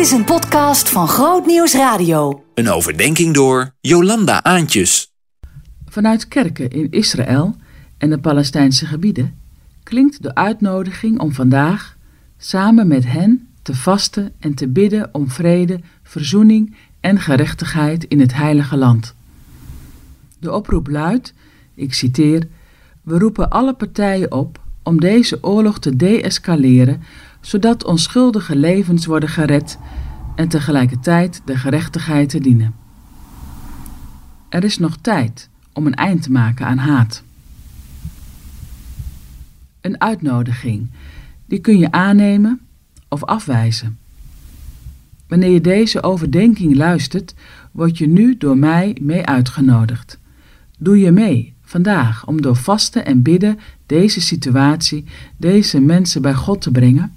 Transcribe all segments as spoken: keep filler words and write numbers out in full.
is een podcast van Groot Nieuws Radio. Een overdenking door Jolanda Aantjes. Vanuit kerken in Israël en de Palestijnse gebieden klinkt de uitnodiging om vandaag samen met hen te vasten en te bidden om vrede, verzoening en gerechtigheid in het heilige land. De oproep luidt, ik citeer, we roepen alle partijen op om deze oorlog te de-escaleren, zodat onschuldige levens worden gered en tegelijkertijd de gerechtigheid te dienen. Er is nog tijd om een eind te maken aan haat. Een uitnodiging, die kun je aannemen of afwijzen. Wanneer je deze overdenking luistert, word je nu door mij mee uitgenodigd. Doe je mee vandaag om door vasten en bidden deze situatie, deze mensen bij God te brengen?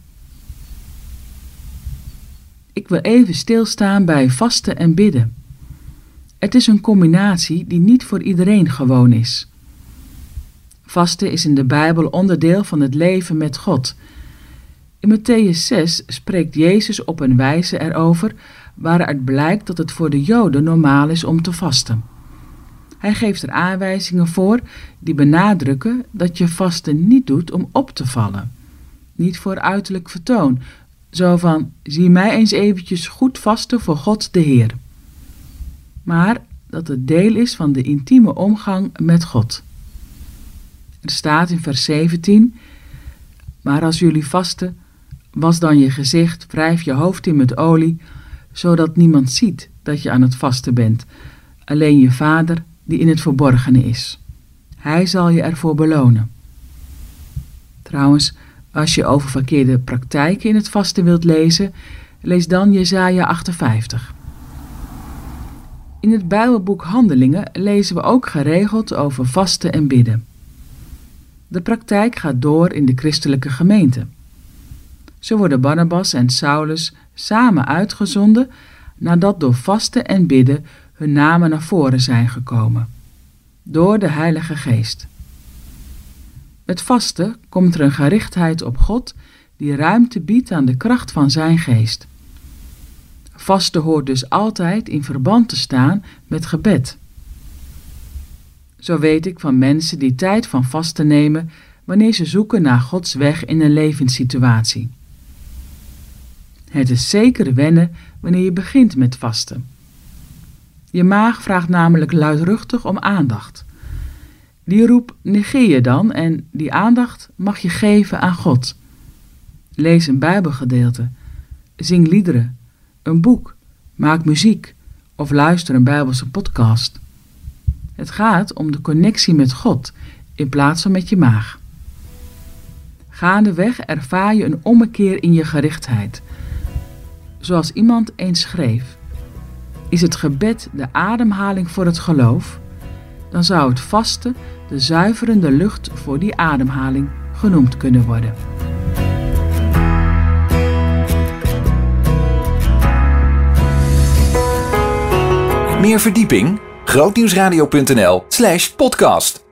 Ik wil even stilstaan bij vasten en bidden. Het is een combinatie die niet voor iedereen gewoon is. Vasten is in de Bijbel onderdeel van het leven met God. In Mattheüs zes spreekt Jezus op een wijze erover waaruit blijkt dat het voor de Joden normaal is om te vasten. Hij geeft er aanwijzingen voor die benadrukken dat je vasten niet doet om op te vallen. Niet voor uiterlijk vertoon, zo van, zie mij eens eventjes goed vasten voor God de Heer. Maar dat het deel is van de intieme omgang met God. Er staat in vers zeventien, maar als jullie vasten, was dan je gezicht, wrijf je hoofd in met olie, zodat niemand ziet dat je aan het vasten bent, alleen je Vader die in het verborgene is. Hij zal je ervoor belonen. Trouwens, als je over verkeerde praktijken in het vasten wilt lezen, lees dan Jesaja achtenvijftig. In het Bijbelboek Handelingen lezen we ook geregeld over vasten en bidden. De praktijk gaat door in de christelijke gemeente. Zo worden Barnabas en Saulus samen uitgezonden nadat door vasten en bidden hun namen naar voren zijn gekomen. Door de Heilige Geest. Met vasten komt er een gerichtheid op God die ruimte biedt aan de kracht van zijn geest. Vasten hoort dus altijd in verband te staan met gebed. Zo weet ik van mensen die tijd van vasten nemen wanneer ze zoeken naar Gods weg in een levenssituatie. Het is zeker wennen wanneer je begint met vasten. Je maag vraagt namelijk luidruchtig om aandacht. Die roep negeer je dan en die aandacht mag je geven aan God. Lees een Bijbelgedeelte, zing liederen, een boek, maak muziek of luister een Bijbelse podcast. Het gaat om de connectie met God in plaats van met je maag. Gaandeweg ervaar je een ommekeer in je gerichtheid. Zoals iemand eens schreef, is het gebed de ademhaling voor het geloof, dan zou het vasten de zuiverende lucht voor die ademhaling genoemd kunnen worden. Meer verdieping? grootnieuwsradio punt n l slash podcast